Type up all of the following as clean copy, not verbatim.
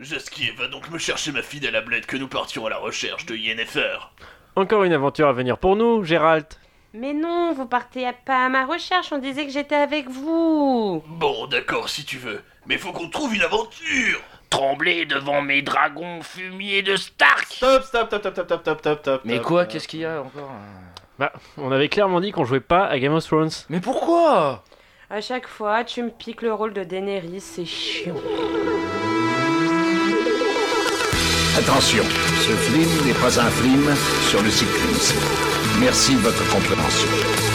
Jasquier va donc me chercher ma fidèle Ablette que nous partions à la recherche de Yennefer. Encore une aventure à venir pour nous, Gérald. Mais non, vous partez pas à ma recherche, on disait que j'étais avec vous. Bon, d'accord, si tu veux. Mais faut qu'on trouve une aventure. Trembler devant mes dragons fumiers de Stark. Stop. Mais quoi, qu'est-ce qu'il y a encore? Bah, on avait clairement dit qu'on jouait pas à Game of Thrones. Mais pourquoi? À chaque fois, tu me piques le rôle de Daenerys, c'est chiant. Attention, ce film n'est pas un film sur le cyclisme. Merci de votre compréhension.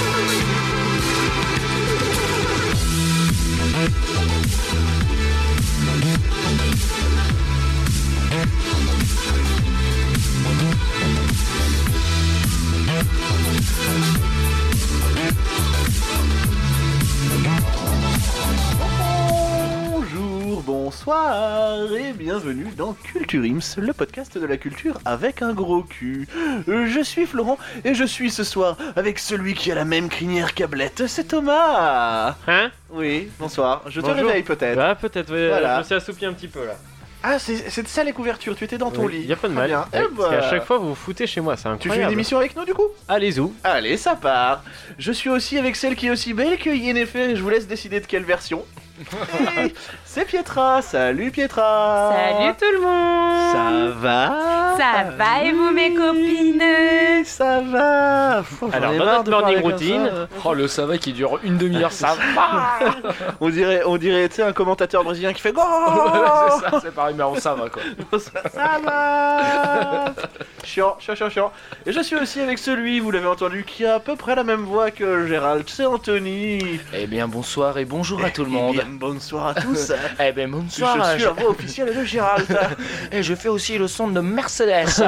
Bonsoir et bienvenue dans Culture Ims, le podcast de la culture avec un gros cul. Je suis Florent et je suis ce soir avec celui qui a la même crinière qu'Ablette, c'est Thomas. Hein? Oui, bonsoir. Je te Bonjour. réveille peut-être. Bah, peut-être, ouais, Voilà. je me suis assoupi un petit peu là. Ah, c'est ça les couvertures, tu étais dans ton lit. Y a pas de Très mal. bien. Ouais, Eh parce bah, qu'à chaque fois, vous vous foutez chez moi, c'est tu incroyable. fais une émission avec nous du coup? Allez, où? Allez, ça part. Je suis aussi avec celle qui est aussi belle que Yennefer et je vous laisse décider de quelle version. Et c'est Pietra. Salut Pietra. Salut tout le monde. Ça va? Ça va et vous mes copines? Ça va. Alors, dans notre morning routine, Oh, le ça va qui dure une demi-heure, ça va. on dirait, tu sais, un commentateur brésilien qui fait go. C'est ça, c'est pareil, mais on ça va quoi. Ça va. Chiant. Et je suis aussi avec celui, vous l'avez entendu, qui a à peu près la même voix que Gérald. C'est Anthony. Eh bien, bonsoir et bonjour à tout le Eh monde. bien, bonsoir à tous. Eh bien, bonsoir. Je suis la voix officielle de Gérald. Et je fais aussi le son de Mercedes.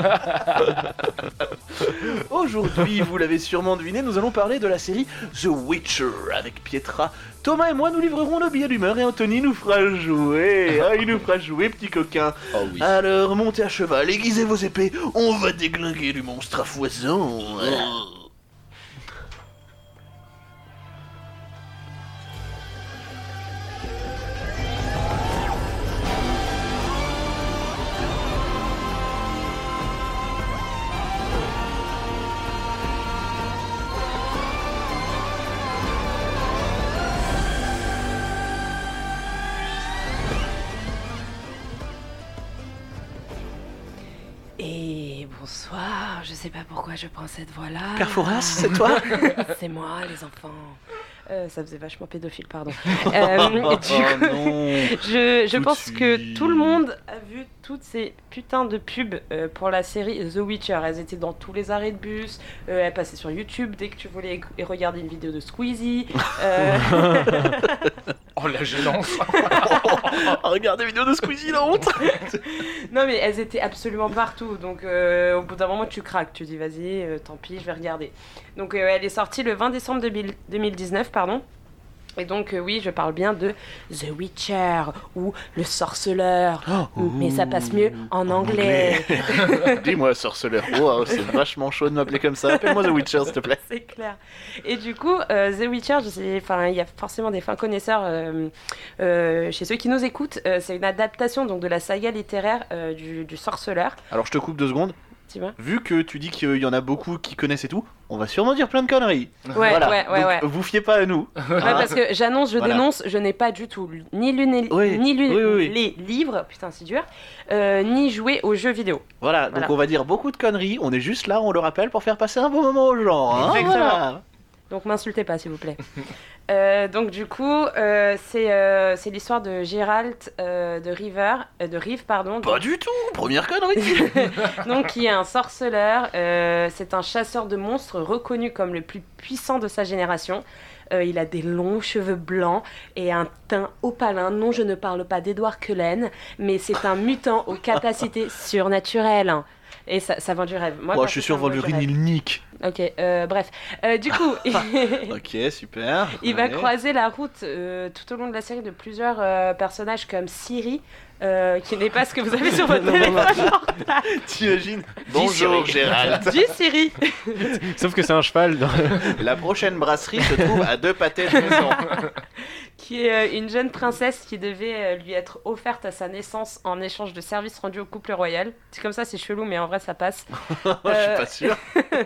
Aujourd'hui, vous l'avez sûrement deviné, nous allons parler de la série The Witcher avec Pietra. Thomas et moi nous livrerons nos billets d'humeur et Anthony nous fera jouer. Ah, il nous fera jouer, petit coquin. Oh oui. Alors, montez à cheval, aiguisez vos épées, on va déglinguer du monstre à foison. Et bonsoir, je sais pas pourquoi je prends cette voix-là. Perforas, c'est toi? C'est moi, les enfants. Ça faisait vachement pédophile, pardon. Oh non. Je Tout de pense que suite. tout le monde a vu toutes ces putains de pubs pour la série The Witcher. Elles étaient dans tous les arrêts de bus, elles passaient sur YouTube dès que tu voulais regarder une vidéo de Squeezie. Oh la gênance. Regardez la vidéo de Squeezie, la honte. Non mais elles étaient absolument partout, donc au bout d'un moment tu craques, tu dis vas-y, tant pis, je vais regarder. Donc elle est sortie le 20 décembre 2019, pardon. Et donc oui, je parle bien de The Witcher ou Le Sorceleur, mais ça passe mieux en anglais. Dis-moi, sorceleur. Wow, c'est vachement chaud de m'appeler comme ça. Appelle-moi The Witcher, s'il te plaît. C'est clair. Et du coup, The Witcher, il y a forcément des fins connaisseurs chez ceux qui nous écoutent. C'est une adaptation donc de la saga littéraire du Sorceleur. Alors, je te coupe 2 secondes. Tu vois ? Vu que tu dis qu'il y en a beaucoup qui connaissent et tout, on va sûrement dire plein de conneries. Ouais, Voilà. ouais. Donc, vous fiez pas à nous. Ouais, parce que j'annonce, je Voilà. dénonce, je n'ai pas du tout ni lu Oui, oui. les livres, putain c'est dur, ni joué aux jeux vidéo. Voilà, donc Voilà. on va dire beaucoup de conneries. On est juste là, on le rappelle, pour faire passer un bon moment aux gens. Hein, Exactement. voilà. Donc m'insultez pas s'il vous plaît. Donc du coup, c'est l'histoire de Geralt de Rive, pardon. Pas du tout, première connerie. Donc qui est un sorceleur, c'est un chasseur de monstres reconnu comme le plus puissant de sa génération. Il a des longs cheveux blancs et un teint opalin. Non, je ne parle pas d'Edward Cullen, mais c'est un mutant aux capacités surnaturelles. Et ça vend du rêve. Moi, Je suis sûr, Wolverine, il nique. Ok, bref. Du coup, Ok, super. il va Allez. croiser la route tout au long de la série de plusieurs personnages comme Ciri, qui n'est pas ce que vous avez sur votre téléphone. T'imagines? Bonjour Gérald. Du Siri. Sauf que c'est un cheval. La prochaine brasserie se trouve à 2 pâtés de maison. Qui est une jeune princesse qui devait lui être offerte à sa naissance en échange de services rendus au couple royal. C'est comme ça, c'est chelou, mais en vrai, ça passe. Je suis pas sûr.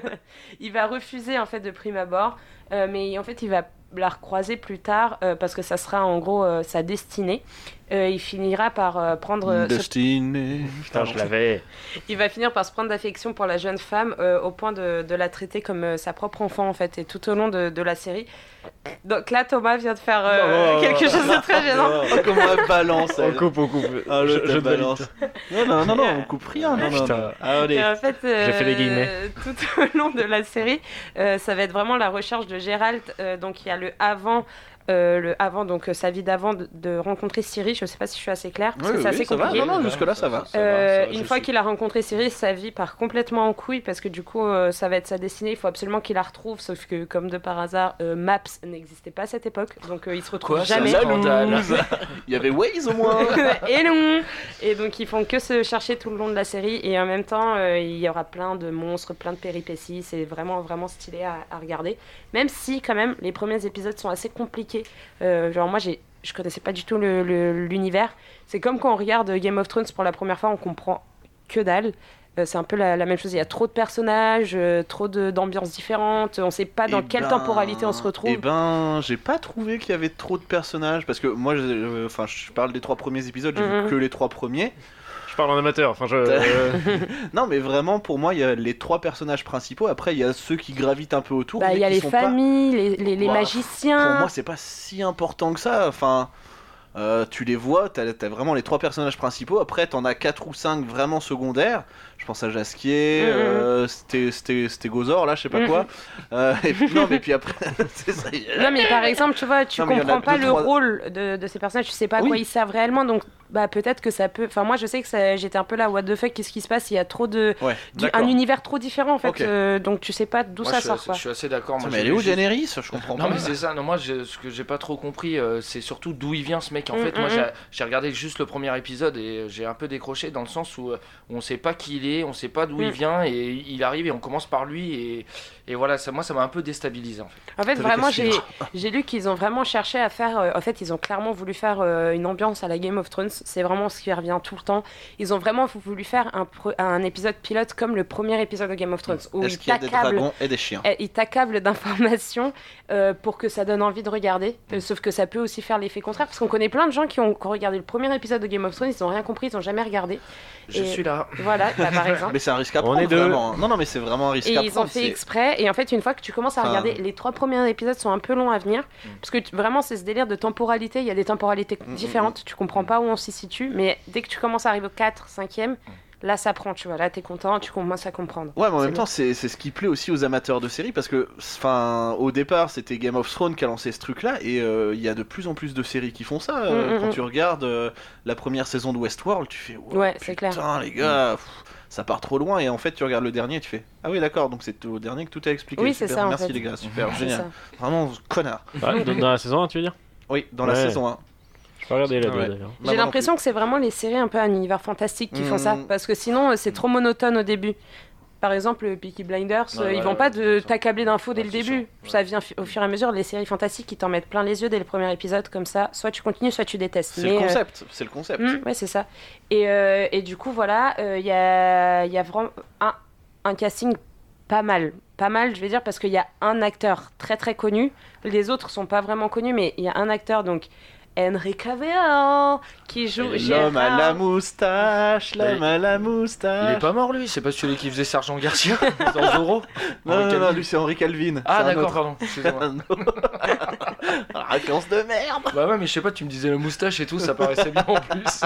Il va refuser en fait de prime abord, mais en fait, il va la recroiser plus tard parce que ça sera en gros sa destinée. Il finira par prendre... Destinée. Putain, je l'avais. Il va finir par se prendre d'affection pour la jeune femme au point de la traiter comme sa propre enfant en fait, et tout au long de la série. Donc là, Thomas vient de faire quelque chose de très gênant. Oh, comment elle balance. On coupe. Ah, je balance. Non, on coupe rien. Non. Putain. Allez. Et en fait, J'ai fait des guillemets. tout au long de la série, ça va être vraiment la recherche de Gérald. Donc il y a le avant, donc sa vie d'avant de rencontrer Ciri. Je sais pas si je suis assez claire parce que c'est assez ça compliqué. va. Non, jusque-là, ça va. Une fois qu'il a rencontré Ciri, sa vie part complètement en couille parce que du coup, ça va être sa destinée. Il faut absolument qu'il la retrouve, sauf que comme de par hasard, Maps n'existait pas à cette époque, donc il se retrouve jamais. Il y avait Waze au moins. Et non. Et donc ils font que se chercher tout le long de la série, et en même temps, il y aura plein de monstres, plein de péripéties. C'est vraiment vraiment stylé à regarder. Même si quand même les premiers épisodes sont assez compliqués. Genre moi je connaissais pas du tout l'univers. C'est comme quand on regarde Game of Thrones pour la première fois, on comprend que dalle. C'est un peu la même chose. Il y a trop de personnages, trop d'ambiances différentes. On sait pas dans quelle temporalité on se retrouve. J'ai pas trouvé qu'il y avait trop de personnages parce que moi, je parle des 3 premiers épisodes. J'ai vu que les 3 premiers. Je parle en amateur. Non, mais vraiment, pour moi, il y a les 3 personnages principaux. Après, il y a ceux qui gravitent un peu autour. Il y a les familles, les magiciens. Pour moi, c'est pas si important que ça. Enfin, tu les vois, t'as vraiment les 3 personnages principaux. Après, t'en as 4 ou 5 vraiment secondaires. Je pense à Jasquier, Stégosaure, là, je sais pas quoi. Non, mais puis après, c'est ça. Non, mais par exemple, tu vois, tu comprends pas le rôle de ces personnages, tu sais pas à quoi ils servent réellement, donc peut-être que ça peut. Enfin, moi, je sais que j'étais un peu là, what the fuck, qu'est-ce qui se passe? Il y a trop un univers trop différent en fait, okay. Donc tu sais pas d'où ça sort. Je suis assez d'accord. Mais elle est où Daenerys? Je comprends pas. Non, mais c'est ça. Non, moi, ce que j'ai pas trop compris, c'est surtout d'où il vient ce mec. En fait, moi, j'ai regardé juste le premier épisode et j'ai un peu décroché dans le sens où on sait pas qui il est. On sait pas d'où il vient et il arrive et on commence par lui et voilà, ça m'a un peu déstabilisé en fait. En fait, vraiment, j'ai lu qu'ils ont vraiment cherché à faire. En fait, ils ont clairement voulu faire une ambiance à la Game of Thrones. C'est vraiment ce qui revient tout le temps. Ils ont vraiment voulu faire un épisode pilote comme le premier épisode de Game of Thrones où Est-ce qu'il y a des dragons et des chiens? Ils t'accablent d'informations pour que ça donne envie de regarder. Sauf que ça peut aussi faire l'effet contraire parce qu'on connaît plein de gens qui ont regardé le premier épisode de Game of Thrones, ils n'ont rien compris, ils n'ont jamais regardé. Je suis là. Voilà, par exemple. Mais c'est un risque à prendre. On est vraiment. Non, mais c'est vraiment un risque à prendre. Et ils ont fait exprès. Et en fait, une fois que tu commences à regarder, les 3 premiers épisodes sont un peu longs à venir. Parce que vraiment, c'est ce délire de temporalité. Il y a des temporalités différentes. Tu comprends pas où on s'y situe. Mais dès que tu commences à arriver au 4, 5e, là, ça prend. Tu vois, là, t'es content. Tu commences à comprendre. Ouais, mais en même temps, c'est ce qui plaît aussi aux amateurs de séries. Parce que, au départ, c'était Game of Thrones qui a lancé ce truc-là. Et il y a de plus en plus de séries qui font ça. Quand tu regardes la première saison de Westworld, tu fais ouais, c'est clair. Putain, les gars. Ça part trop loin et en fait tu regardes le dernier et tu fais ah oui d'accord, donc c'est au dernier que tout est expliqué. Oui, super, c'est ça, merci en fait. les gars, super, génial, vraiment connard. Dans la saison 1 tu veux dire? Oui, dans la saison 1. Je peux regarder la 2 d'ailleurs. J'ai l'impression que c'est vraiment les séries un peu un univers fantastique qui font ça, parce que sinon c'est trop monotone au début. Par exemple, Peaky Blinders, ils vont pas t'accabler d'infos dès le début. Ça vient au fur et à mesure. Les séries fantastiques qui t'en mettent plein les yeux dès le premier épisode, comme ça. Soit tu continues, soit tu détestes. C'est le concept. Ouais, c'est ça. Et du coup, voilà, il y a vraiment un casting pas mal, je vais dire, parce qu'il y a un acteur très très connu. Les autres sont pas vraiment connus, mais il y a un acteur, donc Henry Cavill, qui joue l'homme à la moustache, Il est pas mort lui, c'est pas celui qui faisait Sergent Garcia dans Zorro. Non, lui c'est Henry Calvin. Ah d'accord, pardon, excusez-moi. Référence de merde. Bah ouais, mais je sais pas, tu me disais la moustache et tout, ça paraissait bien en plus.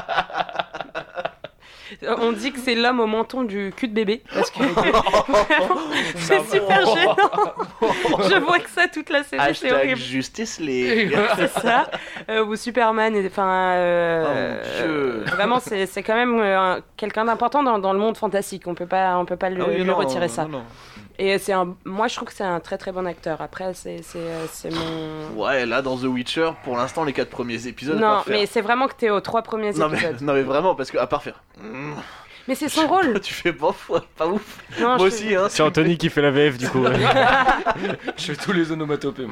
On dit que c'est l'homme au menton du cul de bébé parce que c'est super gênant. Je vois que ça toute la série, c'est horrible. Justice League. C'est ça. Ou Superman. Vraiment, c'est quand même quelqu'un d'important dans le monde fantastique. On peut pas le retirer ça. Non. Et moi, je trouve que c'est un très très bon acteur. Après, c'est mon. Ouais, là dans The Witcher, pour l'instant, les 4 premiers épisodes. Non, mais c'est vraiment que t'es aux 3 premiers épisodes. Non, mais vraiment, parce que à part faire. Mais c'est son rôle. Tu fais bof, ouais, pas ouf. Non, Moi aussi, hein. C'est Anthony qui fait la VF du coup. Ouais. Je fais tous les onomatopées.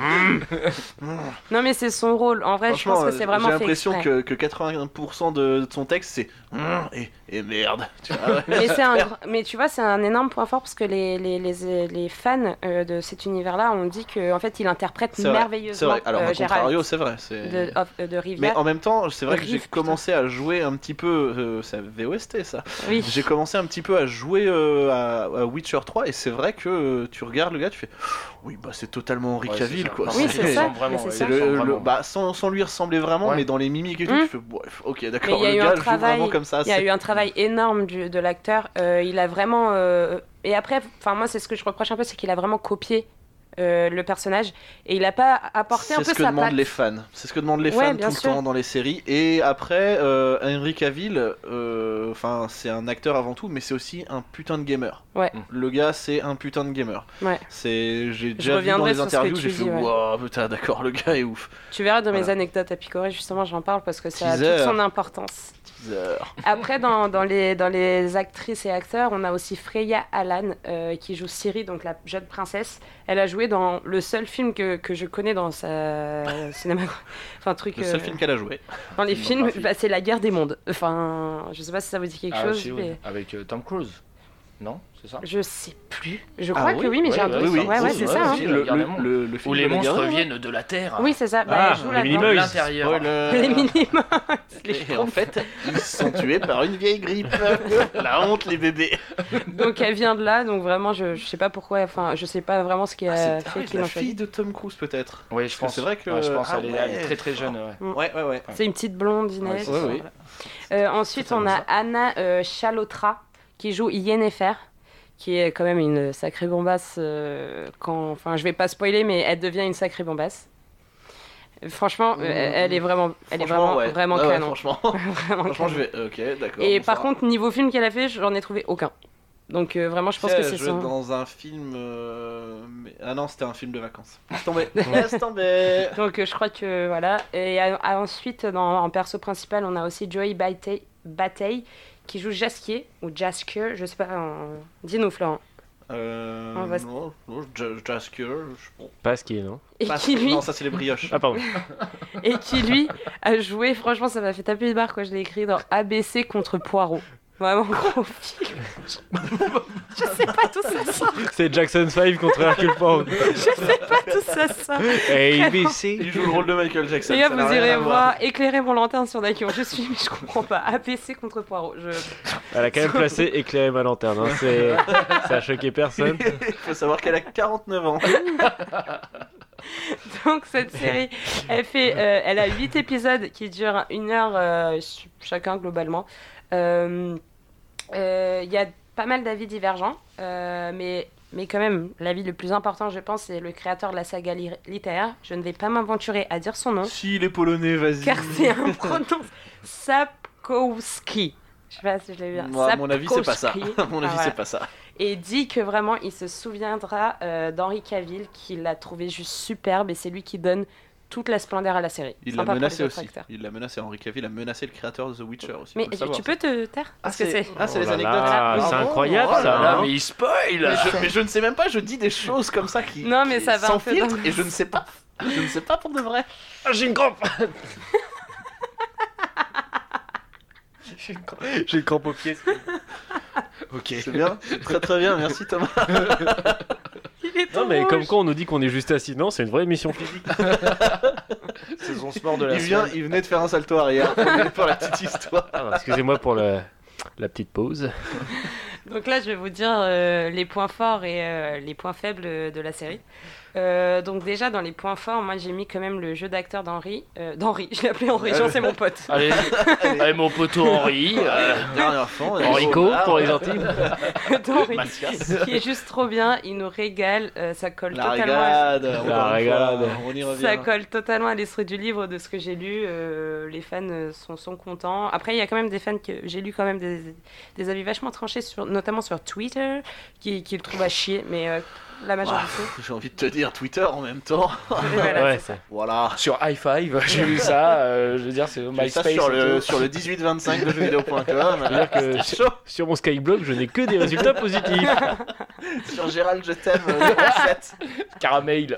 Non, mais c'est son rôle. En vrai, je pense que c'est vraiment J'ai fait l'impression exprès. que 80% de son texte, c'est et merde. Tu vois, ouais. Mais tu vois, c'est un énorme point fort parce que les fans de cet univers-là ont dit qu'en fait, il interprète C'est vrai, merveilleusement c'est vrai. Alors, à Gérald contrario, c'est vrai. de Rivia. Mais en même temps, c'est vrai que j'ai Rive, commencé à jouer un petit peu. C'est VOST ça. Oui. J'ai commencé un petit peu à jouer à Witcher 3 et c'est vrai que tu regardes le gars, tu fais oui, bah c'est totalement Henry Cavill quoi. Oui, c'est ça. Vraiment, Mais C'est ça. bah, sans lui ressembler vraiment, Ouais. mais dans les mimiques et tout, tu fais bref, ok, Mais d'accord, il y a le eu gars un joue travail. vraiment comme ça. Il y a eu un travail énorme de l'acteur. Il a vraiment. Et après, enfin moi, c'est ce que je reproche un peu, c'est qu'il a vraiment copié le personnage et il a pas apporté un peu C'est ce que sa demandent patte. les fans. C'est ce que demandent les Ouais, fans bien tout sûr. le temps dans les séries. Et après, Henry Cavill, enfin, c'est un acteur avant tout, mais c'est aussi un putain de gamer. Ouais. Le gars, c'est un putain de gamer. Ouais. J'ai déjà vu reviendrai dans les sur ce que interviews, tu j'ai fait dis, ouais. waouh, putain, d'accord, le gars est ouf. Tu verras dans mes Voilà. anecdotes à picorer, justement, j'en parle parce que ça a Teaser. toute son importance. Teaser. Après, dans les actrices et acteurs, on a aussi Freya Allan qui joue Ciri, donc la jeune princesse. Elle a joué dans le seul film que je connais dans sa cinéma. Enfin, truc. Le seul film qu'elle a joué. Dans les films, filmographie. bah, c'est La Guerre des Mondes. Enfin, je sais pas si ça vous dit quelque chose. Si, oui. Mais Avec Tom Cruise. Non, c'est ça. je sais plus. Je Ah crois oui, que oui, mais ouais, j'ai un ouais, doute. oui, Ouais, oui, c'est oui, ça. hein. oui. Le Le film Où les de la monstres Guerre. viennent de la Terre. Oui, c'est ça. Bah, Ah, elle joue les là-dedans. Minimoys. L'intérieur. Les minimums. Et en fait, ils sont tués par une vieille grippe. La honte, les bébés. Donc elle vient de là, donc vraiment je sais pas pourquoi, enfin je sais pas vraiment ce qui a C'est fait qu'ils la l'ont choisi. fille de Tom Cruise, peut-être. Oui, je Parce que pense. c'est vrai que- Ouais, je pense ah elle est ouais. très très jeune. Ouais. Ouais. C'est une petite blondinette. Ouais, c'est ça. Oui. Ensuite Ça on a ça. Anna Chalotra qui joue Yennefer, qui est quand même une sacrée bombasse. Enfin je vais pas spoiler, mais elle devient une sacrée bombasse. Franchement, elle est vraiment Franchement, ouais. vraiment Ouais, ouais, canon. franchement, Vraiment franchement, canon. je vais. Ok, d'accord. Et bon, par ça. contre niveau film qu'elle a fait, j'en ai trouvé aucun. Donc vraiment je pense Si, que elle c'est jouait son. dans un film. Ah non, c'était un film de vacances. Laisse tomber. Laisse tomber. Donc je crois que voilà. Et ensuite, en perso principal, on a aussi Joey Batey qui joue Jaskier, ou Jaskier, je sais pas. Dis-nous, Florent. On va se- Non, Jaskier. Pas ce qui est, non? Et qui lui, Non, ça c'est les brioches. Ah, pardon. et qui lui a joué, franchement, ça m'a fait taper une barre quand je l'ai écrit dans ABC contre Poirot. Vraiment gros film. Je sais pas d'où ça sort. C'est Jackson 5 contre Hercule Poirot. Je sais pas d'où ça sort. ABC. Il joue le rôle de Michael Jackson. Les gars, ça n'a vous rien irez à voir éclairer mon lanterne sur qui je suis, mais je comprends pas. ABC contre Poirot. Elle a quand même placé éclairer ma lanterne. Hein. Ça a choqué personne. Il faut savoir qu'elle a 49 ans. Donc cette série, elle a 8 épisodes qui durent 1 heure chacun globalement. Il y a pas mal d'avis divergents, mais quand même, l'avis le plus important, je pense, c'est le créateur de la saga littéraire. Je ne vais pas m'aventurer à dire son nom, Si, les Polonais, vas-y. car c'est un prononce Sapkowski. Je sais pas si je l'ai bien. Moi, à mon avis, c'est pas ça. Sapkowski. À mon avis, voilà. c'est pas ça. Et dit que vraiment, il se souviendra d'Henry Cavill, qu'il l'a trouvé juste superbe, et c'est lui qui donne toute la splendeur à la série. Il l'a Sympa pour menacé les autres aussi. acteurs. Il l'a menacé, Henry Cavill a menacé le créateur de The Witcher aussi. Mais faut le savoir, tu ça. peux te taire Parce que c'est... Ah, c'est Oh les là anecdotes. là, Ah c'est bon incroyable, Oh là ça, là, hein. Mais il spoil. Mais je ne sais même pas, je dis des choses comme ça qui. Non, mais qui- ça va sans un peu filtre dans- et je ne sais pas. Je ne sais pas pour de vrai. J'ai une crampe. J'ai une crampe au pied. Ok. C'est bien, très très bien, merci Thomas. Il est Non, tout mais rouge. comme quoi on nous dit qu'on est juste assis. Non, c'est une vraie émission physique. C'est son sport de la Il venait de faire un salto arrière pour la petite histoire. Ah, excusez-moi pour la petite pause. Donc là, je vais vous dire les points forts et les points faibles de la série. Donc déjà dans les points forts, moi j'ai mis quand même le jeu d'acteur d'Henri. Je l'ai appelé Henri, Jean, c'est mon pote. Allez, mon poteau Henri. Dernière fois, Enrico pour les gentils. D'Henri, Mathias. qui est juste trop bien, il nous régale, ça colle La totalement. régalade. La encore une fois, régalade. On y revient. Ça colle totalement à l'esprit du livre de ce que j'ai lu. Les fans sont contents. Après, il y a quand même des fans que j'ai lu quand même des avis vachement tranchés, notamment sur Twitter, qui le trouvent à chier, mais la majorité. J'ai envie de te dire Twitter en même temps. Et voilà, Ouais, c'est ça. ça. Voilà. Sur High Five, j'ai vu ça. Je veux dire, c'est J'ai ça MySpace. sur le 1825 de jeuxvideo.com. C'est-à-dire que sur mon Skyblog, je n'ai que des résultats positifs. Sur Gérald, je t'aime. 7. Caramel.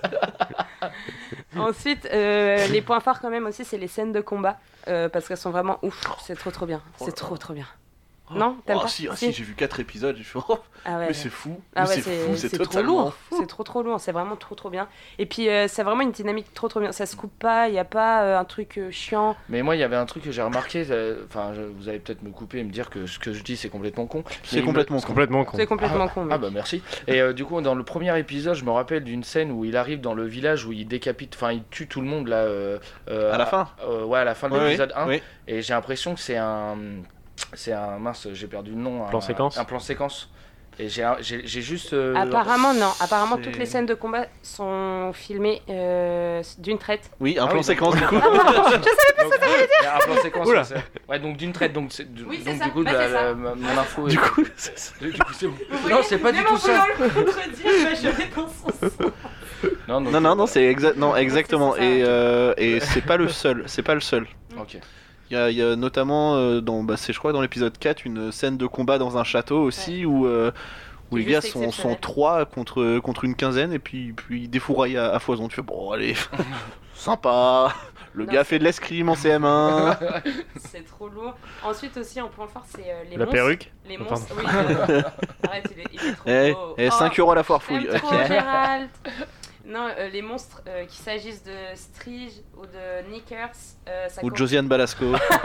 Ensuite, les points forts quand même aussi, c'est les scènes de combat. Parce qu'elles sont vraiment ouf. C'est trop bien. C'est trop bien. Non, t'aimes pas Si, j'ai vu 4 épisodes. J'ai fait, oh, Ah ouais. mais c'est fou. Ah Mais ouais, c'est fou. C'est trop totalement lourd. fou. C'est trop lourd. C'est vraiment trop bien. Et puis, c'est vraiment une dynamique trop bien. Ça se coupe pas. Il n'y a pas un truc chiant. Mais moi, il y avait un truc que j'ai remarqué. Enfin, vous allez peut-être me couper et me dire que ce que je dis, c'est complètement con. C'est Mais complètement con. Complètement con. C'est complètement con. Ah mec. bah merci. Et du coup dans le premier épisode je me rappelle d'une scène où il arrive dans le village où il décapite, enfin il tue tout le monde là. À la fin. Ouais à la fin de Oui, l'épisode 1. oui. Et j'ai l'impression que c'est un mince j'ai perdu le nom. Plan séquence. Un plan séquence. Et j'ai juste. Apparemment, non. Apparemment, c'est- toutes les scènes de combat sont filmées d'une traite. Oui, un Ah plan oui, séquence du coup. Donc, il y a un plan séquence. Oula. Ouais donc d'une traite donc Oui, c'est donc ça. du coup Bah, c'est ça. mon info. Du est- coup, du coup c'est bon. Non c'est pas du tout ça. je vais dans son sens. Non donc, non, c'est exactement. C'est ça. Et c'est pas le seul. C'est pas le seul. Ok. Il y a notamment c'est je crois dans l'épisode 4 une scène de combat dans un château aussi où les C'est gars juste sont exceptionnel. 3 contre une quinzaine et puis ils défouraillent à foison. Tu fais bon allez, sympa. Le Non, gars fait de l'escrime en CM1. C'est trop lourd. Ensuite aussi, en point fort, c'est les La monstres. perruque. Les Oh, monstres. Oui, arrête, il est trop Eh, beau. 5 euros à la foire J'aime fouille. trop Gérald. Non, les monstres, qu'il s'agisse de Strige ou de Nickers, ça Ou compte. Josiane Balasco.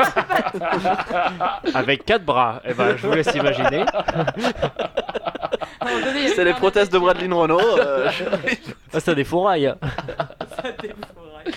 Avec 4 bras. Eh ben, je vous laisse imaginer. À un moment donné, il y a C'est les plein de prothèses de petits- Bradley Renault. Ah, ça des fourrailles. Ça défouraille.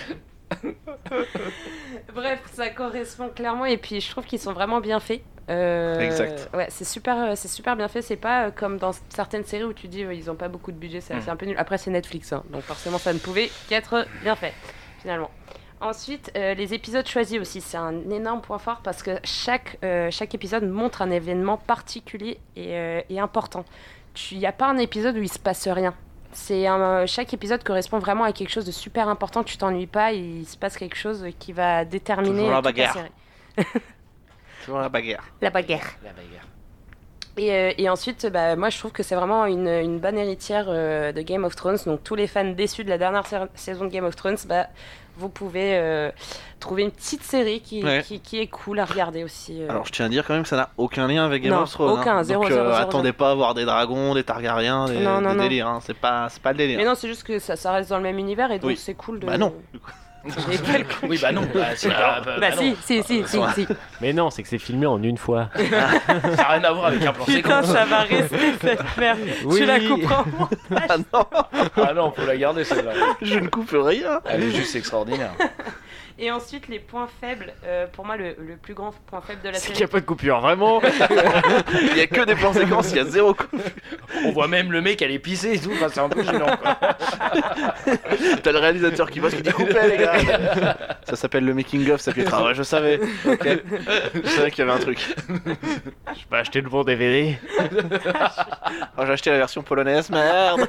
Bref, ça correspond clairement et puis je trouve qu'ils sont vraiment bien faits. Exact. Ouais, c'est super bien fait. C'est pas comme dans certaines séries où tu dis ils ont pas beaucoup de budget, c'est un peu nul. Après c'est Netflix, hein, donc forcément ça ne pouvait qu'être bien fait finalement. Ensuite, les épisodes choisis aussi, c'est un énorme point fort parce que chaque épisode montre un événement particulier et important. Il n'y a pas un épisode où il se passe rien. Chaque épisode correspond vraiment à quelque chose de super important, tu t'ennuies pas, il se passe quelque chose qui va déterminer Toujours la toute bagarre. série. Toujours la bagarre. La bagarre. La bagarre. Et ensuite, moi je trouve que c'est vraiment une bonne héritière de Game of Thrones. Donc tous les fans déçus de la dernière saison de Game of Thrones, vous pouvez trouver une petite série qui est cool à regarder aussi. Alors je tiens à dire quand même que ça n'a aucun lien avec Game Non, of Thrones. aucun, hein. zéro, Donc, zéro, zéro, attendez pas à voir des dragons, des Targaryens, des Non. délires. Hein. C'est pas le délire. Mais non, c'est juste que ça reste dans le même univers et donc Oui. c'est cool de. Bah non. Et quel con. Oui bah non. Si, Bah non. si. Mais non, c'est que c'est filmé en une fois. Ça n'a rien à voir avec un plan Putain, séquence. ça va rester cette merde. Oui. Tu la couperas. Ah non, Ah non, faut la garder celle-là. je ne coupe rien. Elle est juste extraordinaire. Et ensuite, les points faibles. Pour moi, le plus grand point faible de la C'est qu'il série. n'y a pas de coupure, vraiment. Il y a que des plans séquences, il y a zéro coup. On voit même le mec aller pisser et tout, enfin, c'est un peu gênant quoi. T'as le réalisateur qui passe qui dit coupez les gars. Ça s'appelle le making of, ça fait ah ouais, je savais. Ok. Je savais qu'il y avait un truc. Je peux acheter le bon DVD. Oh, j'ai acheté la version polonaise, merde.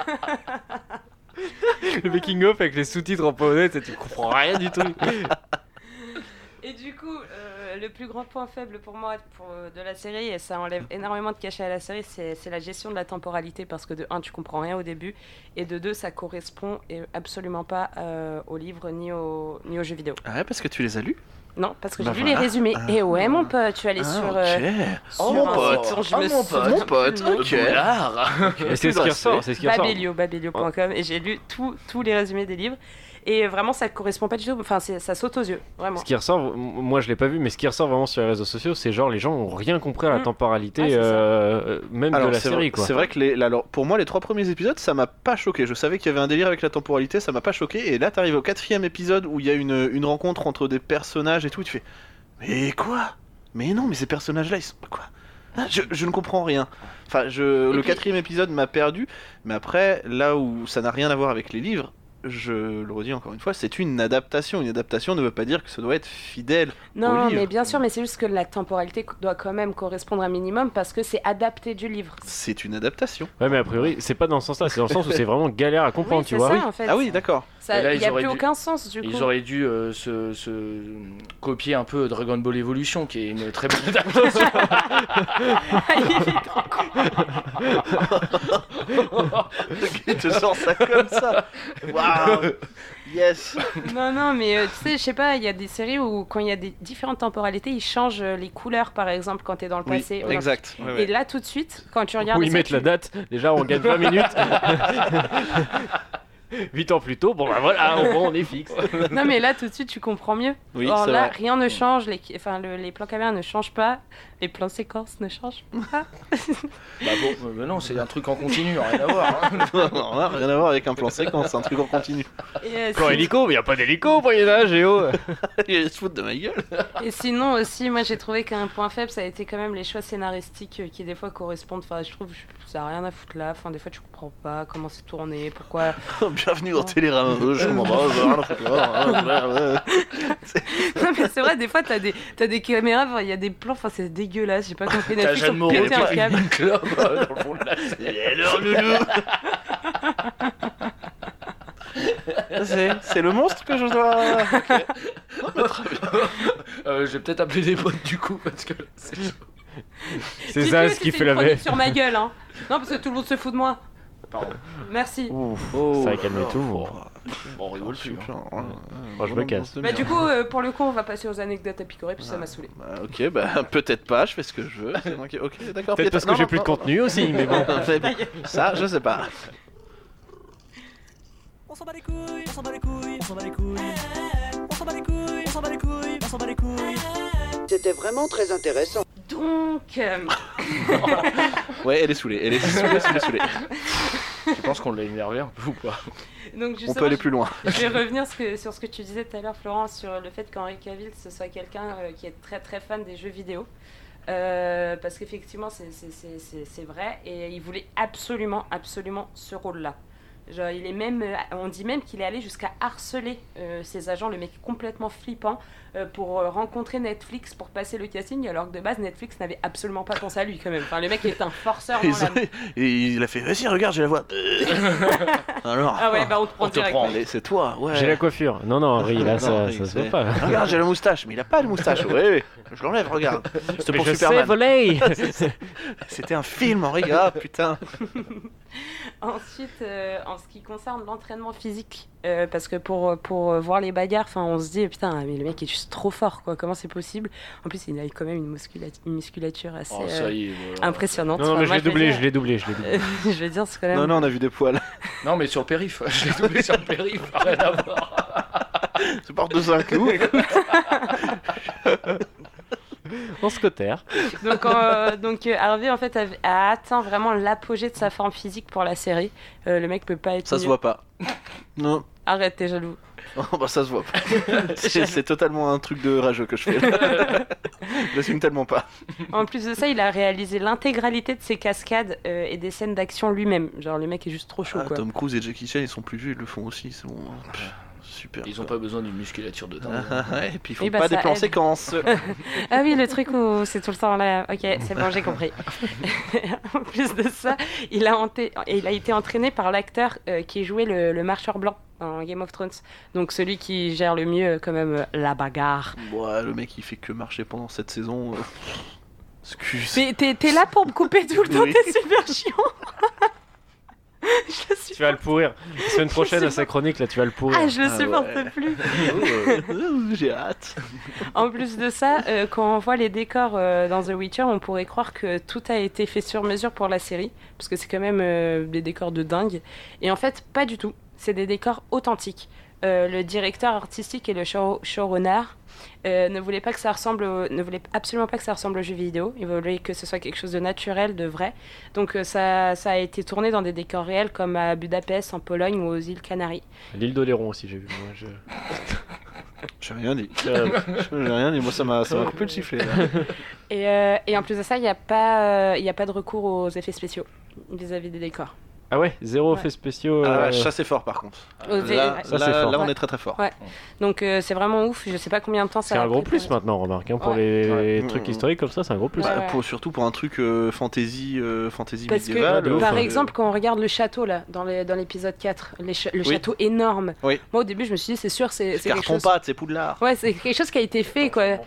Le making of avec les sous-titres en polonais, tu comprends rien du tout. Et du coup, le plus grand point faible pour moi de la série, et ça enlève énormément de cachet à la série, c'est la gestion de la temporalité, parce que de 1, tu comprends rien au début, et de 2, ça correspond absolument pas au livre ni au jeu vidéo. Ah ouais, parce que tu les as lus. Non, parce que Bah j'ai lu voilà. les résumés. Et ouais, mon pote, tu allais Ah, sur... ok. sur mon un pote. site dont je me Mon souviens pote. plus le nom. Ok. Boulard. Mais c'est ce qui ressort, c'est ce qui ressort. Babelio.com, et j'ai lu tous les résumés des livres. et vraiment ça correspond pas du tout, enfin ça saute aux yeux, vraiment. Ce qui ressort, moi je l'ai pas vu, mais ce qui ressort vraiment sur les réseaux sociaux, c'est genre les gens ont rien compris à la temporalité, même Alors, de la c'est série, vrai, quoi. c'est vrai que alors, pour moi, les 3 premiers épisodes, ça m'a pas choqué. Je savais qu'il y avait un délire avec la temporalité, ça m'a pas choqué. Et là, t'arrives au 4e épisode où il y a une rencontre entre des personnages et tout. Et tu fais, mais quoi? Mais non, mais ces personnages-là, ils sont quoi? Je ne comprends rien. Enfin, le 4e épisode m'a perdu. Mais après, là où ça n'a rien à voir avec les livres, je le redis encore une fois, c'est une adaptation. Une adaptation ne veut pas dire que ça doit être fidèle au Non, livre. mais bien sûr, mais c'est juste que la temporalité doit quand même correspondre un minimum parce que c'est adapté du livre. C'est une adaptation. Ouais, mais a priori, c'est pas dans ce sens-là, c'est dans le sens où c'est vraiment galère à comprendre, Oui, tu c'est vois. ça, en fait. Ah oui, d'accord. Et là, Il n'y a ils auraient plus dû- aucun sens du coup. Ils auraient dû se copier un peu Dragon Ball Evolution, qui est une très bonne adaptation. Il est trop Il te sort ça comme ça. Waouh. Yes. Non, mais tu sais, je sais pas, il y a des séries où quand il y a des différentes temporalités, ils changent les couleurs, par exemple, quand t'es dans le Oui, passé. exact. Ouais, ouais. Et là, tout de suite, quand tu regardes Où ils ça, mettent la date, déjà on gagne 20 minutes. 8 ans plus tôt, bon bah voilà, on est fixe. Non, mais là, tout de suite, tu comprends mieux. Oui, Or c'est là, vrai. rien ne change, les plans caméra ne changent pas, les plans séquences ne changent pas. Bah bon, non, c'est un truc en continu, rien à voir. Hein. Non, non, rien à voir avec un plan séquence, c'est un truc en continu. Et, Plan hélico, mais y a pas d'hélico au Moyen-Âge, Géo. Il se fout de ma gueule. et sinon aussi, moi, j'ai trouvé qu'un point faible, ça a été quand même les choix scénaristiques qui, des fois, correspondent. Enfin, je trouve ça a rien à foutre là. Enfin, des fois, tu comprends pas comment c'est tourné, pourquoi. Bienvenue dans Télérama. Je comprends pas, j'ai rien à foutre là. Non, mais c'est vrai, des fois, t'as des caméras, il y a des plans, enfin, c'est dégueulasse. J'ai pas compris. T'as Netflix Jeanne ont Moreau pété qui un a câble. une clope dans le fond de la série. Et alors, loulou? C'est le monstre que je dois. Je vais peut-être appeler des potes du coup, parce que là, c'est chaud. C'est Dis-le, ça si ce qui c'est fait une la chronique baie. sur ma gueule, hein. Non, parce que tout le monde se fout de moi. Pardon. Merci. Ouf, Oh, ça va calmer tout le monde. Bon, on rigole plus. Hein. Moi je me casse. Bah, du coup, pour le coup, on va passer aux anecdotes à picorer, puis ça m'a saoulé. Bah, ok, bah peut-être pas, je fais ce que je veux. C'est moi qui- Ok, d'accord. Peut-être parce que j'ai plus de contenu aussi, mais bon. Ça, je sais pas. On s'en bat les couilles, on s'en bat les couilles, on s'en bat les couilles. On s'en bat les couilles, on s'en bat les couilles, on s'en bat les couilles. C'était vraiment très intéressant. Donc, Ouais, elle est saoulée, elle est saoulée. Tu penses qu'on l'a énervé un peu ou pas? donc On justement, peut aller plus loin. je vais revenir sur ce que tu disais tout à l'heure, Florence, sur le fait qu'Henri Cavill, ce soit quelqu'un qui est très très fan des jeux vidéo. Parce qu'effectivement, c'est vrai, et il voulait absolument ce rôle-là. Genre, il est même, on dit même qu'il est allé jusqu'à harceler ses agents, le mec complètement flippant, pour rencontrer Netflix pour passer le casting, alors que de base Netflix n'avait absolument pas pensé à lui quand même. Enfin, le mec est un forceur dans l'âme. Et il a fait, vas-y, regarde, j'ai la voix. Alors, Ah ouais, bah on te prend direct. allez, c'est toi, ouais. J'ai la coiffure. Non, Henri, là, ça Henri, se c'est- voit pas. Regarde, j'ai la moustache, mais il a pas de moustache. Oui, je l'enlève, regarde. C'était Mais pour je Superman. sais voler. C'était un film, Henri. Ah putain. Ensuite, en ce qui concerne l'entraînement physique, parce que pour voir les bagarres, enfin, on se dit putain, mais le mec est juste trop fort, quoi. Comment c'est possible? En plus, il a quand même une musculature assez Oh, ça y est, voilà. impressionnante. Non, mais je Enfin, l'ai moi, doublé, veux je l'ai doublé. dire- je veux dire, c'est quand même. Non, on a vu des poils. Non, mais sur le périph'. Je l'ai doublé sur le périph', rien à voir. C'est porte de 5 clous. On se cotère. Donc Harvey, en fait, a atteint vraiment l'apogée de sa forme physique pour la série. Le mec peut pas être. Ça se mieux. voit pas. Non. Arrête, t'es jaloux. Oh, bah ça se voit pas. C'est totalement un truc de rageux que je fais là. Je l'assume tellement pas. En plus de ça, il a réalisé l'intégralité de ses cascades et des scènes d'action lui-même. Genre, le mec est juste trop chaud, quoi. Tom Cruise et Jackie Chan, ils sont plus vieux, ils le font aussi. C'est bon. Super. Ils ont pas besoin d'une musculature de dingue. Ouais, et puis ils font Oui, bah, pas des ça plans aide. séquences. Ah oui, le truc où c'est tout le temps là. Ok, c'est bon, j'ai compris. En plus de ça, il a été entraîné par l'acteur qui jouait le marcheur blanc dans Game of Thrones. Donc celui qui gère le mieux quand même la bagarre. Ouais, le mec il fait que marcher pendant cette saison. Excuse. Mais t'es là pour me couper tout le temps, Oui. t'es super chiant. Je le Tu supporte. vas le pourrir. La semaine prochaine, à sa chronique, là, tu vas le pourrir. Ah, je le Ah supporte ouais. plus. J'ai hâte. En plus de ça, quand on voit les décors dans The Witcher, on pourrait croire que tout a été fait sur mesure pour la série, parce que c'est quand même des décors de dingue. Et en fait, pas du tout. C'est des décors authentiques. le directeur artistique et le showrunner ne voulaient absolument pas que ça ressemble aux jeux vidéo. Ils voulaient que ce soit quelque chose de naturel, de vrai. Donc ça a été tourné dans des décors réels comme à Budapest, en Pologne ou aux îles Canaries. L'île d'Oléron aussi, j'ai vu. Moi, J'ai rien dit. J'ai rien dit. Moi, ça m'a coupé le sifflet. Et en plus de ça, il n'y a pas de recours aux effets spéciaux vis-à-vis des décors. Ah ouais, zéro effets spéciaux. Ça c'est fort par contre. Là, on est très très fort. Ouais. Donc c'est vraiment ouf. Je sais pas combien de temps ça. C'est un gros plus maintenant, remarque. Pour les trucs historiques comme ça, c'est un gros plus. Surtout pour un truc fantasy parce médiéval. Que, par exemple, quand on regarde le château là, dans l'épisode 4, le château énorme. Oui. Moi au début, je me suis dit c'est sûr c'est quelque chose. Carton-pâte, c'est Poudlard. Ouais, c'est quelque chose qui a été fait quoi.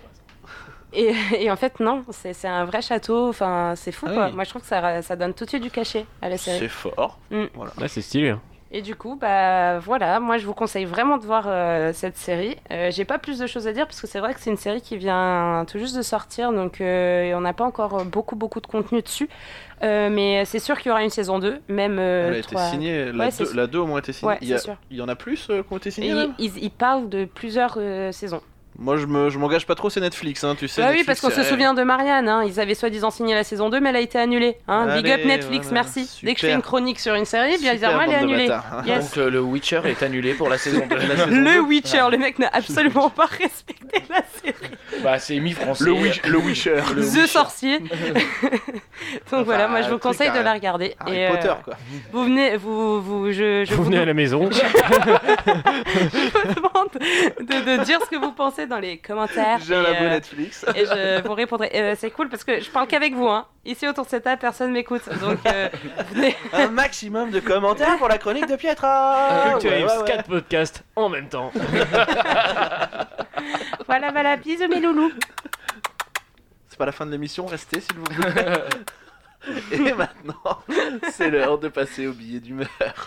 Et en fait non, c'est un vrai château, enfin c'est fou quoi. Moi je trouve que ça donne tout de suite du cachet à la série. C'est fort. Voilà. Là c'est stylé. Et du coup voilà, moi je vous conseille vraiment de voir cette série. J'ai pas plus de choses à dire parce que c'est vrai que c'est une série qui vient tout juste de sortir, donc on n'a pas encore beaucoup de contenu dessus. Mais c'est sûr qu'il y aura une saison 2, même elle a été signée, la 2 au moins a été signée. Ouais, il y en a plus qui ont été signés même. Ils parlent de plusieurs saisons. Moi je m'engage pas trop, c'est Netflix, hein, tu sais. Oui, parce qu'on se souvient de Marianne, hein. Ils avaient soi-disant signé la saison 2, mais elle a été annulée. Hein. Allez, Big up Netflix, voilà, merci. super. Dès que je fais une chronique sur une série, bien évidemment, elle est annulée. Yes. Donc le Witcher est annulé pour la saison 2. Le Witcher, le mec n'a absolument pas respecté la série. Bah c'est mi-français. Le Witcher. The sorcier. Donc voilà, moi je vous conseille de la regarder. Harry Potter quoi. Vous venez, vous venez à la maison. Je vous demande de dire ce que vous pensez dans les commentaires. J'ai un abonné Netflix. Et je vous répondrai. C'est cool parce que je parle qu'avec vous. Hein. Ici autour de cette table, personne m'écoute. Donc venez. Un maximum de commentaires pour la chronique de Pietra. Tu as 4 podcasts en même temps. Voilà, bisous mes loulous. C'est pas la fin de l'émission, restez s'il vous plaît. Et maintenant, c'est l'heure de passer au billet d'humeur.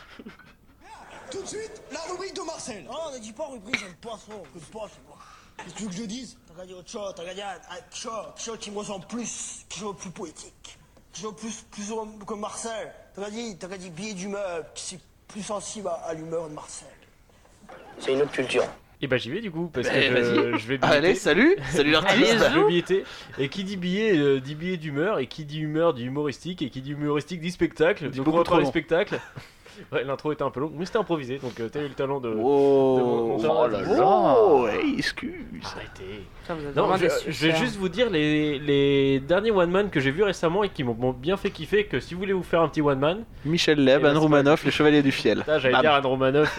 Tout de suite, la rubrique de Marcel. Ah, on a dit pas rubrique, j'aime pas ça, je sais pas. Qu'est-ce que tu veux que je dise? T'as qu'à dire autre chose, t'as qu'à dire quelque chose qui me ressemble plus, quelque chose de plus poétique, quelque chose plus que Marcel. T'as qu'à dire billet d'humeur, qui est plus sensible à l'humeur de Marcel. C'est une autre culture. Et bah j'y vais du coup parce que je vais billeter. Allez, salut l'artiste. Je vais billeter. Et qui dit billet dit billet d'humeur, et qui dit humeur dit humoristique, et qui dit humoristique dit spectacle. Donc on va parler spectacle. Ouais, l'intro était un peu longue, mais c'était improvisé, donc t'as eu le talent de mon excuse. Arrêtez. Non, je vais juste vous dire les derniers one man que j'ai vus récemment et qui m'ont bien fait kiffer, que si vous voulez vous faire un petit one man, Michel Leb, Anne Roumanoff, les Chevaliers du Fiel. J'allais dire Anne Roumanoff.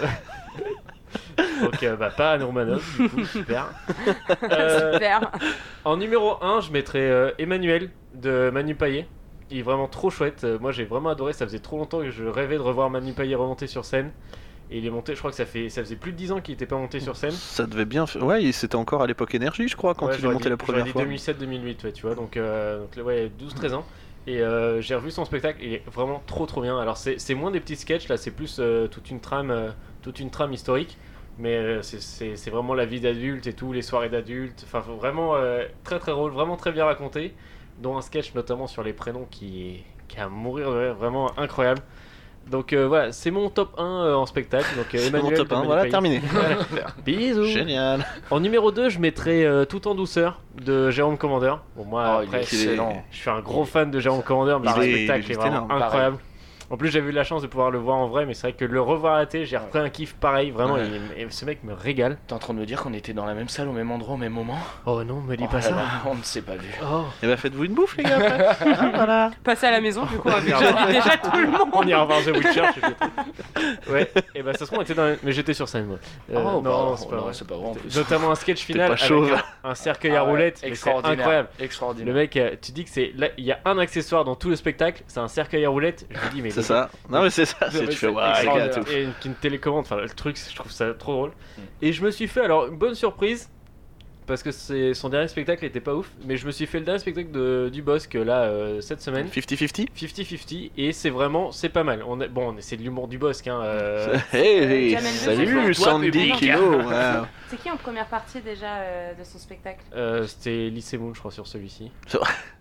Donc pas Anne Roumanoff, du coup, super. Super. En numéro 1, je mettrais Emmanuel de Manu Payet. Il est vraiment trop chouette. Moi j'ai vraiment adoré, ça faisait trop longtemps que je rêvais de revoir Manu Payet remonter sur scène. Et il est monté, je crois que ça faisait plus de 10 ans qu'il était pas monté sur scène. Ça devait bien faire. Ouais, c'était encore à l'époque Énergie, je crois, quand il est monté la première fois. 2007-2008, ouais, tu vois, donc ouais, 12-13 ans. Et j'ai revu son spectacle, il est vraiment trop bien. Alors c'est moins des petits sketchs, là c'est plus toute une trame historique. Mais c'est vraiment la vie d'adulte et tout, les soirées d'adultes. Enfin vraiment très drôle, vraiment très bien raconté. Dont un sketch notamment sur les prénoms qui est à mourir, vraiment incroyable. Donc voilà, c'est mon top 1 en spectacle. Donc Emmanuel, mon top 1, voilà, terminé. Bisous. Génial. En numéro 2, je mettrai Tout en douceur de Jérôme Commander. Bon, moi après, je suis un gros fan de Jérôme Commander, mais le spectacle est vraiment incroyable. En plus, j'avais eu la chance de pouvoir le voir en vrai, mais c'est vrai que le revoir à la télé, j'ai repris un kiff pareil. Vraiment, ce mec me régale. T'es en train de me dire qu'on était dans la même salle, au même endroit, au même moment? Oh non, me dis pas ça. On ne s'est pas vu. Oh. Et bah faites-vous une bouffe, les gars. Après. Voilà. Passez à la maison, du coup, déjà tout le monde. On ira voir The Witcher. Ouais. Et bah ça se trouve, on était dans. Mais j'étais sur scène, moi. Non, c'est pas vrai. En plus. Notamment un sketch final avec un cercueil à roulettes. Extraordinaire. Incroyable. Extraordinaire. Le mec, tu dis que il y a un accessoire dans tout le spectacle, c'est un cercueil à roulettes. Je me dis mais. C'est ça. Non mais c'est ça. Tu fais et une télécommande. Enfin le truc, je trouve ça trop drôle. Et je me suis fait alors une bonne surprise. Parce que son dernier spectacle était pas ouf, mais je me suis fait le dernier spectacle du Bosque là cette semaine. 50-50 50-50, et c'est pas mal. C'est de l'humour du Bosque. Hein, Hey, salut Sandy Kilo. C'est qui en première partie déjà de son spectacle? C'était Lycée Moon, je crois, sur celui-ci.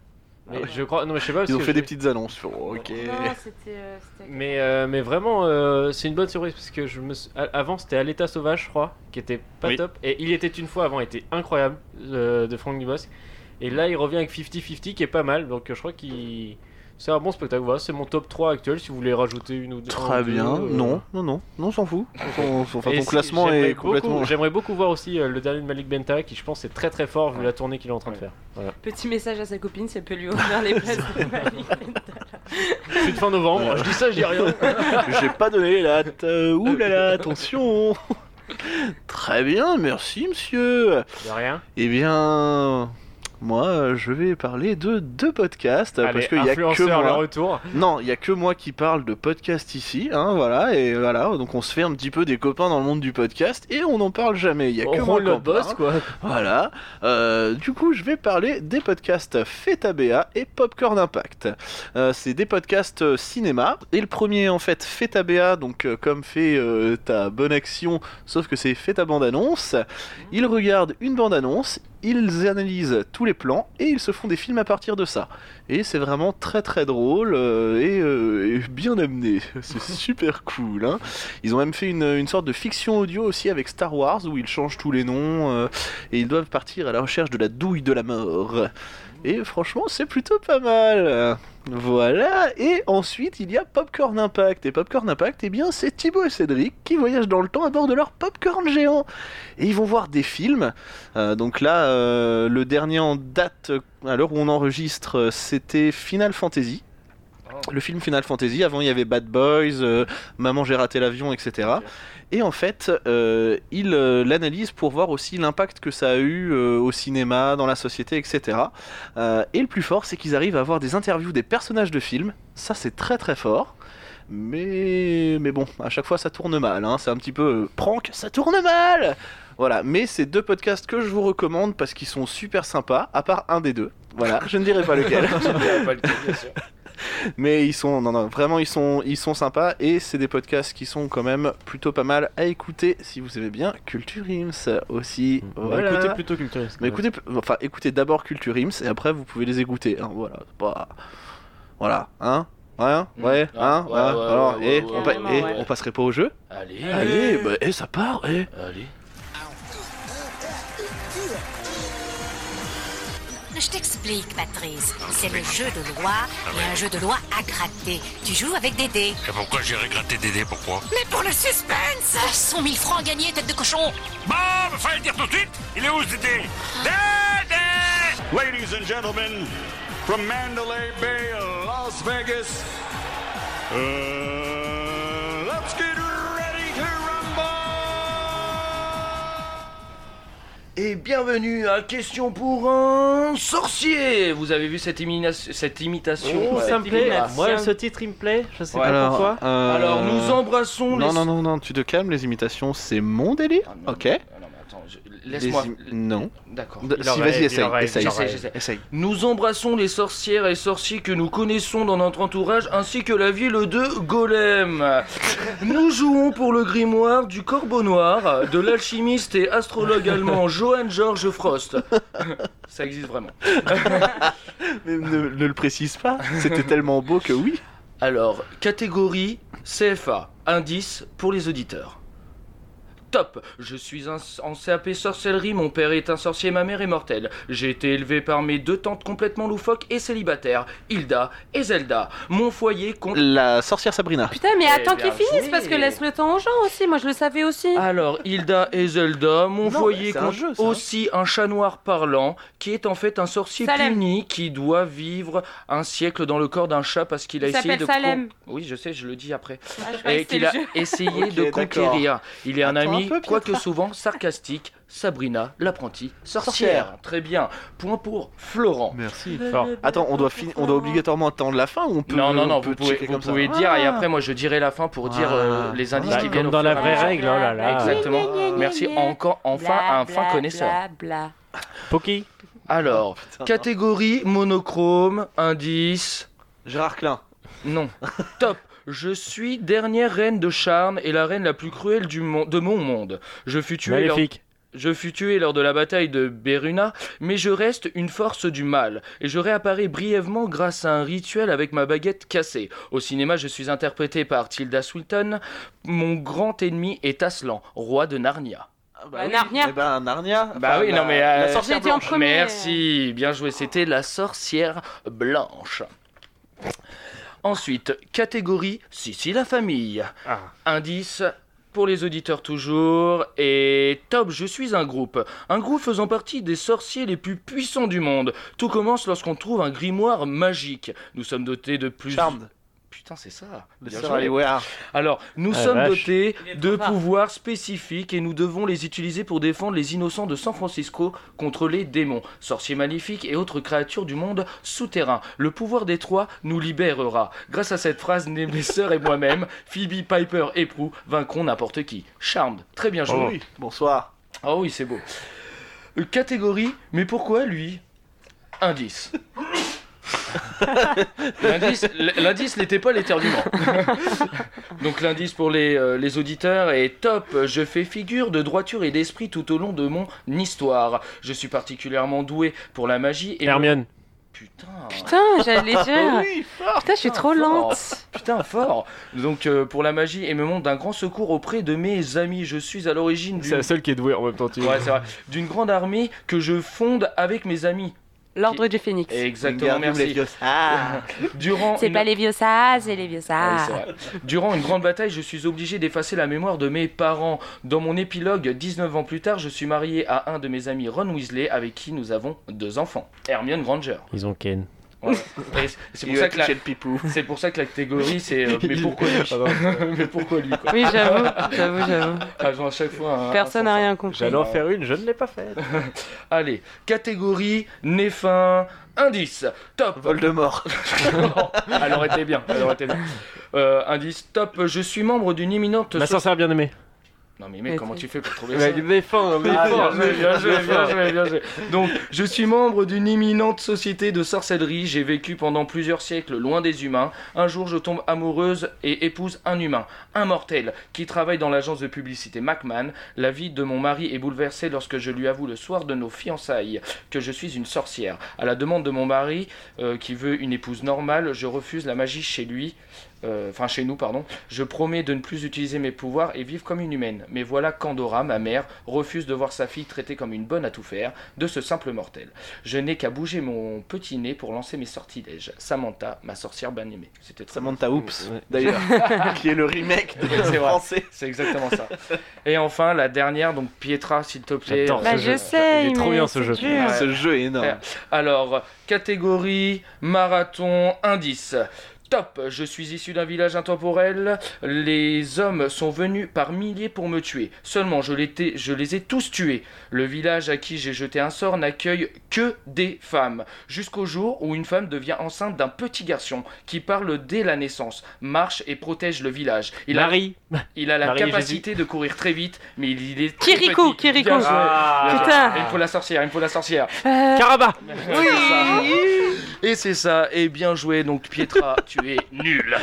Mais je crois, non, mais je sais pas. Parce Ils ont que fait je- des petites annonces. Ok. Non, c'était. Mais vraiment, c'est une bonne surprise parce que avant c'était À l'état sauvage, je crois, qui était pas Oui. top. Et Il était une fois avant était incroyable de Franck Dubosc. Et là, il revient avec 50-50 qui est pas mal. Donc je crois qu'il. C'est un bon spectacle. Voilà, c'est mon top 3 actuel. Si vous voulez rajouter une ou deux. Très bien. Non, on s'en fout. Enfin, Et ton si- classement j'aimerais est complètement. J'aimerais beaucoup voir aussi le dernier de Malik Bentala qui, je pense, est très très fort vu la tournée qu'il est en train de faire. Voilà. Petit message à sa copine, ça peut lui ouvrir les places de Malik Bentala. Suite fin novembre. Je dis ça, je dis rien. J'ai pas donné les dates. Ouh là là, attention. Très bien, merci monsieur. De rien. Eh bien, moi, je vais parler de deux podcasts Allez, parce qu'il y a que influenceur, le moi. retour. Non, il y a que moi qui parle de podcast ici, hein, voilà, et voilà, donc on se fait un petit peu des copains dans le monde du podcast et on n'en parle jamais. Il y a que On moi roule qui en notre boss, parle. quoi. Voilà. Du coup, je vais parler des podcasts Feta BA et Popcorn Impact. C'est des podcasts cinéma. Et le premier, en fait, Feta BA, donc comme fait ta bonne action, sauf que c'est fait ta bande-annonce. Ils regardent une bande-annonce, ils analysent tous les plans et ils se font des films à partir de ça. Et c'est vraiment très très drôle et bien amené. C'est super cool. Hein. Ils ont même fait une sorte de fiction audio aussi avec Star Wars où ils changent tous les noms et ils doivent partir à la recherche de la douille de la mort. Et franchement, c'est plutôt pas mal. Voilà. Et ensuite, il y a Popcorn Impact. Et Popcorn Impact, eh bien, c'est Thibaut et Cédric qui voyagent dans le temps à bord de leur popcorn géant. Et ils vont voir des films. Donc là, le dernier en date, à l'heure où on enregistre, c'était Final Fantasy. Le film Final Fantasy. Avant, il y avait Bad Boys, Maman, j'ai raté l'avion, etc. Et en fait, il l'analyse pour voir aussi l'impact que ça a eu au cinéma, dans la société, etc. Et le plus fort, c'est qu'ils arrivent à avoir des interviews des personnages de films. Ça, c'est très très fort. Mais bon, à chaque fois, ça tourne mal. Hein. C'est un petit peu prank, ça tourne mal. Voilà, mais c'est deux podcasts que je vous recommande parce qu'ils sont super sympas, à part un des deux. Voilà, je ne dirai pas lequel. Bien sûr. Mais ils sont, non, vraiment, ils sont sympas et c'est des podcasts qui sont quand même plutôt pas mal à écouter si vous aimez bien Culture Ims aussi. Voilà. Écoutez plutôt Culture Ims. Mais écoutez d'abord Culture Ims et après vous pouvez les écouter. Hein, voilà, voilà, hein. Ouais, ouais, alors, ouais, on passerait pas au jeu? Allez, bah, ça part, Allez. Je t'explique, Patrice. C'est le jeu de loi et un jeu de loi à gratter. Tu joues avec des dés. Et pourquoi j'irais gratter des dés, pourquoi? Mais pour le suspense 100 000 francs gagnés, tête de cochon. Bon, fallait le dire tout de suite. Il est où ce dé? Dé! Ladies and gentlemen, from Mandalay Bay, Las Vegas, let's get ready to rumble! Et bienvenue à Question pour un sorcier. Vous avez vu cette imitation? Oh, ça me plaît. Ah, Moi, ce titre, il me plaît. Je sais Ouais. pas pourquoi. Alors, nous embrassons les... Non, tu te calmes, les imitations, c'est mon délire. Ok. Non, mais attends, laisse-moi... Non. D'accord. Si, vas-y, essaye. J'essaie. Nous embrassons les sorcières et sorciers que nous connaissons dans notre entourage, ainsi que la ville de Golem. Nous jouons pour le grimoire du Corbeau Noir, de l'alchimiste et astrologue allemand Johann Georg Frost. Ça existe vraiment. Mais ne le précise pas, c'était tellement beau que oui. Alors, catégorie CFA, indice pour les auditeurs. Top. Je suis en CAP sorcellerie, mon père est un sorcier, ma mère est mortelle. J'ai été élevé par mes deux tantes complètement loufoques et célibataires, Hilda et Zelda. Mon foyer compte... La sorcière Sabrina. Putain, mais attends bien qu'ils finissent joué. parce que laisse le temps aux gens aussi. Moi, je le savais aussi. Alors, Hilda et Zelda, mon Non, foyer c'est un compte jeu, ça. aussi un chat noir parlant, qui est en fait un sorcier Salem. puni qui doit vivre un siècle dans le corps d'un chat parce qu'il a Il essayé de... s'appelle Salem. Oui, je sais, je le dis après. Ah, je croyais Et que c'était qu'il a le jeu. essayé Ok, de d'accord. conquérir. Il est un Attends ami, un peu, quoique Pietra. souvent sarcastique, Sabrina, l'apprentie sorcière. Très bien. Point pour Florent. Merci. Fort. Attends, on doit obligatoirement attendre la fin ou on peut Non, on vous peut checker pouvez comme ça dire et après moi je dirai la fin pour dire les indices Bah, qui viennent comme au dans fur la et à vraie mesure. règle, oh là là. Exactement. Merci encore, enfin un fin connaisseur. Bla. Poki. Alors, catégorie monochrome, indice, Gérard Klein. non. Top. Je suis dernière reine de Charne et la reine la plus cruelle de mon monde. Je fus tuée Maléfique. Je fus tué lors de la bataille de Beruna, mais je reste une force du mal, et je réapparais brièvement grâce à un rituel avec ma baguette cassée. Au cinéma, je suis interprété par Tilda Swinton. Mon grand ennemi est Aslan, roi de Narnia. Narnia. Eh ben, Narnia. Bah oui, non mais... La sorcière J'ai dit en blanche. premier. Merci, bien joué, c'était la sorcière blanche. Ensuite, catégorie Sissi la famille. Indice pour les auditeurs toujours. Et top, je suis un groupe faisant partie des sorciers les plus puissants du monde. Tout commence lorsqu'on trouve un grimoire magique. Nous sommes dotés de plus... Charmed. Putain, c'est ça. Le Bien Sir joué. Aliware. Alors, nous Ah, sommes vache. dotés Il est de trop fort. pouvoirs spécifiques et nous devons les utiliser pour défendre les innocents de San Francisco contre les démons, sorciers maléfiques et autres créatures du monde souterrain. Le pouvoir des trois nous libérera. Grâce à cette phrase, mes sœurs et moi-même, Phoebe, Piper et Prue, vaincront n'importe qui. Charmed, très bien joué. Oh oui, bonsoir. Oh oui, c'est beau. Catégorie, mais pourquoi lui ? Indice. L'indice n'était pas l'éternuement. Donc l'indice pour les auditeurs est top. Je fais figure de droiture et d'esprit tout au long de mon histoire. Je suis particulièrement doué pour la magie et... Hermione. Putain, j'allais dire. Oui, fort. Putain, je suis trop lente. Putain, fort. Donc pour la magie et me montre d'un grand secours auprès de mes amis. Je suis à l'origine C'est la seule qui est douée en même temps. Ouais, c'est vrai. D'une grande armée que je fonde avec mes amis. L'ordre du phénix. Exactement, Wingardium merci. Leviosa. Durant C'est une- pas les vieux ça, c'est les vieux Ah oui, ça. c'est vrai. Durant une grande bataille, je suis obligé d'effacer la mémoire de mes parents. Dans mon épilogue, 19 ans plus tard, je suis marié à un de mes amis, Ron Weasley, avec qui nous avons 2 enfants. Hermione Granger. Ils ont Ken. Ouais. Et c'est pour Il ça va que la... toucher le pipou. C'est pour ça que la catégorie c'est mais pourquoi lui Mais pourquoi lui quoi. Oui, j'avoue. Ah, genre à chaque fois un- Personne n'a rien compris. J'allais en faire une, je ne l'ai pas faite. Allez, catégorie Néfin, indice, top. Voldemort. Elle aurait été bien, indice, top, je suis membre d'une éminente... Ma sorcière bien aimée. Non mais mec, comment tu fais pour trouver ça? Défends, Ah, bien joué. Donc, je suis membre d'une éminente société de sorcellerie. J'ai vécu pendant plusieurs siècles loin des humains. Un jour, je tombe amoureuse et épouse un humain, un mortel, qui travaille dans l'agence de publicité McMahon. La vie de mon mari est bouleversée lorsque je lui avoue le soir de nos fiançailles que je suis une sorcière. À la demande de mon mari, qui veut une épouse normale, je refuse la magie chez lui. Chez nous, pardon. Je promets de ne plus utiliser mes pouvoirs et vivre comme une humaine. Mais voilà qu'Andorra, ma mère, refuse de voir sa fille traitée comme une bonne à tout faire de ce simple mortel. Je n'ai qu'à bouger mon petit nez pour lancer mes sortilèges. Samantha, ma sorcière bien aimée. C'était très Samantha Oops, d'ailleurs, qui est le remake de C'est vrai. français. C'est exactement ça. Et enfin, la dernière, donc Pietra, s'il te plaît. J'adore Bah, je sais, Il est trop mais bien ce c'est jeu. dur. Ouais. Ce jeu est énorme. Alors, catégorie, marathon, indice. Top, je suis issu d'un village intemporel. Les hommes sont venus par milliers pour me tuer. Seulement, je les ai tous tués. Le village à qui j'ai jeté un sort n'accueille que des femmes. Jusqu'au jour où une femme devient enceinte d'un petit garçon qui parle dès la naissance, marche et protège le village. Il a la Marie et capacité de courir très vite, mais il est très Kirikou, petit. Kirikou. Bien joué. Bien joué. Putain. Il me faut la sorcière. Caraba. Oui. Et c'est ça, et bien joué, donc Pietra, tu es nul.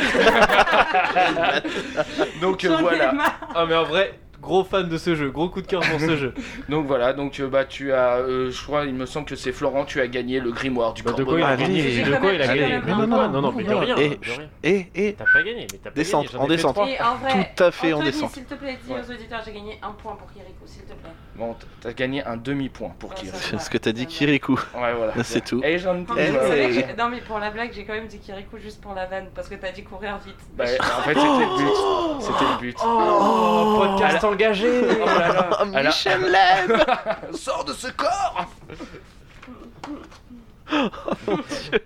Donc voilà. Ah mais en vrai, gros fan de ce jeu, gros coup de cœur pour ce jeu. Donc voilà, donc tu as, je crois, il me semble que c'est Florent, tu as gagné le grimoire du De corbeau. quoi il a Allez. gagné De quoi il a Allez. gagné Non, mais de rien. Et, de rien. et, T'as pas gagné, mais t'as pas Descente, gagné. j'en ai en fait descente. 3. Et en vrai, Tout à fait en Anthony, descente. s'il te plaît, dis aux auditeurs, j'ai gagné un point pour Kirikou, s'il te plaît. Bon, t'as gagné un demi-point pour Kirikou. C'est ce que t'as dit, Kirikou. Ouais, voilà. C'est tout. Et j'en Non, mais, Eh, vous savez ouais. que non, mais pour la blague, j'ai quand même dit Kirikou juste pour la vanne, parce que t'as dit courir vite. Bah, en fait, c'était le but. C'était le but. Oh, podcast engagé. Oh là là. Oh, Michel Leb. Sors de ce corps. Mon Dieu.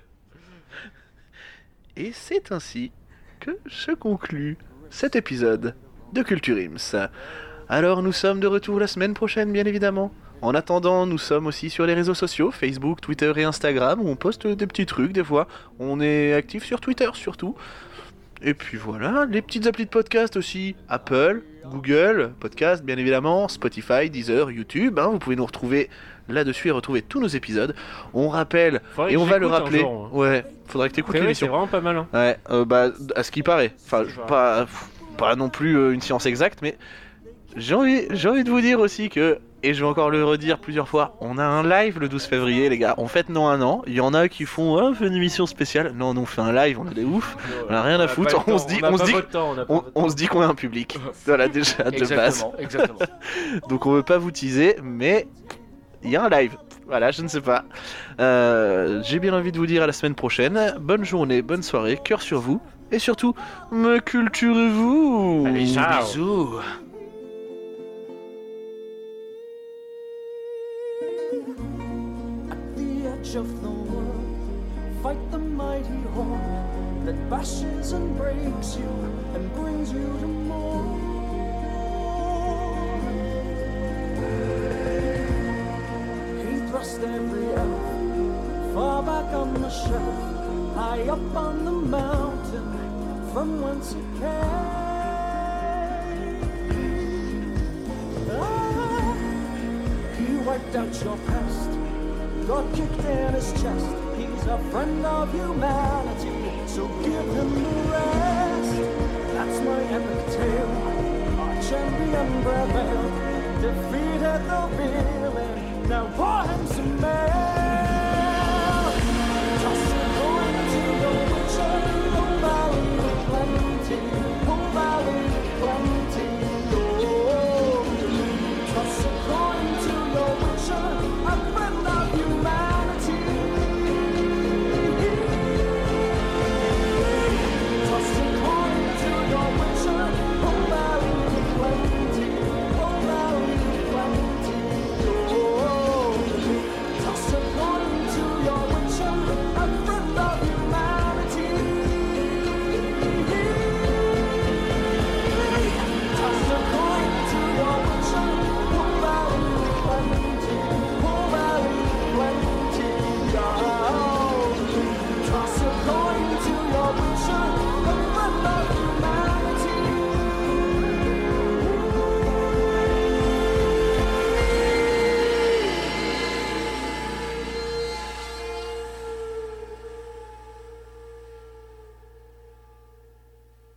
Et c'est ainsi que se conclut cet épisode de Culture Ims. Alors nous sommes de retour la semaine prochaine bien évidemment. En attendant, nous sommes aussi sur les réseaux sociaux, Facebook, Twitter et Instagram, où on poste des petits trucs des fois. On est actif sur Twitter surtout. Et puis voilà, les petites applis de podcast aussi, Apple, Google, Podcast bien évidemment, Spotify, Deezer, YouTube, vous pouvez nous retrouver là-dessus et retrouver tous nos épisodes. On rappelle, Faudrait et que on va le j'écoute un rappeler, jour, hein. ouais, faudrait que t'écoutes C'est vrai, l'émission. c'est vraiment pas mal. Hein. Ouais, à ce qui paraît, enfin, pas non plus une science exacte, mais j'ai envie de vous dire aussi que, et je vais encore le redire plusieurs fois, on a un live le 12 février, les gars. On fête nos 1 an. Il y en a qui font on fait une émission spéciale. Non, on fait un live, on est des oufs. On a rien à foutre. On se dit qu'on a un public. Voilà, déjà, de base. Exactement. Donc on veut pas vous teaser, mais il y a un live. Voilà, je ne sais pas. J'ai bien envie de vous dire à la semaine prochaine. Bonne journée, bonne soirée, cœur sur vous. Et surtout, me culturez-vous. Allez, ciao. Bisous. Of the world, fight the mighty horn that bashes and breaks you and brings you to more. He thrust every elf far back on the shelf, high up on the mountain from whence he came. He wiped out your past. God kicked in his chest. He's a friend of humanity, so give him the rest. That's my epic tale. Our champion prevailed, defeated the villain. Now pour him some ale.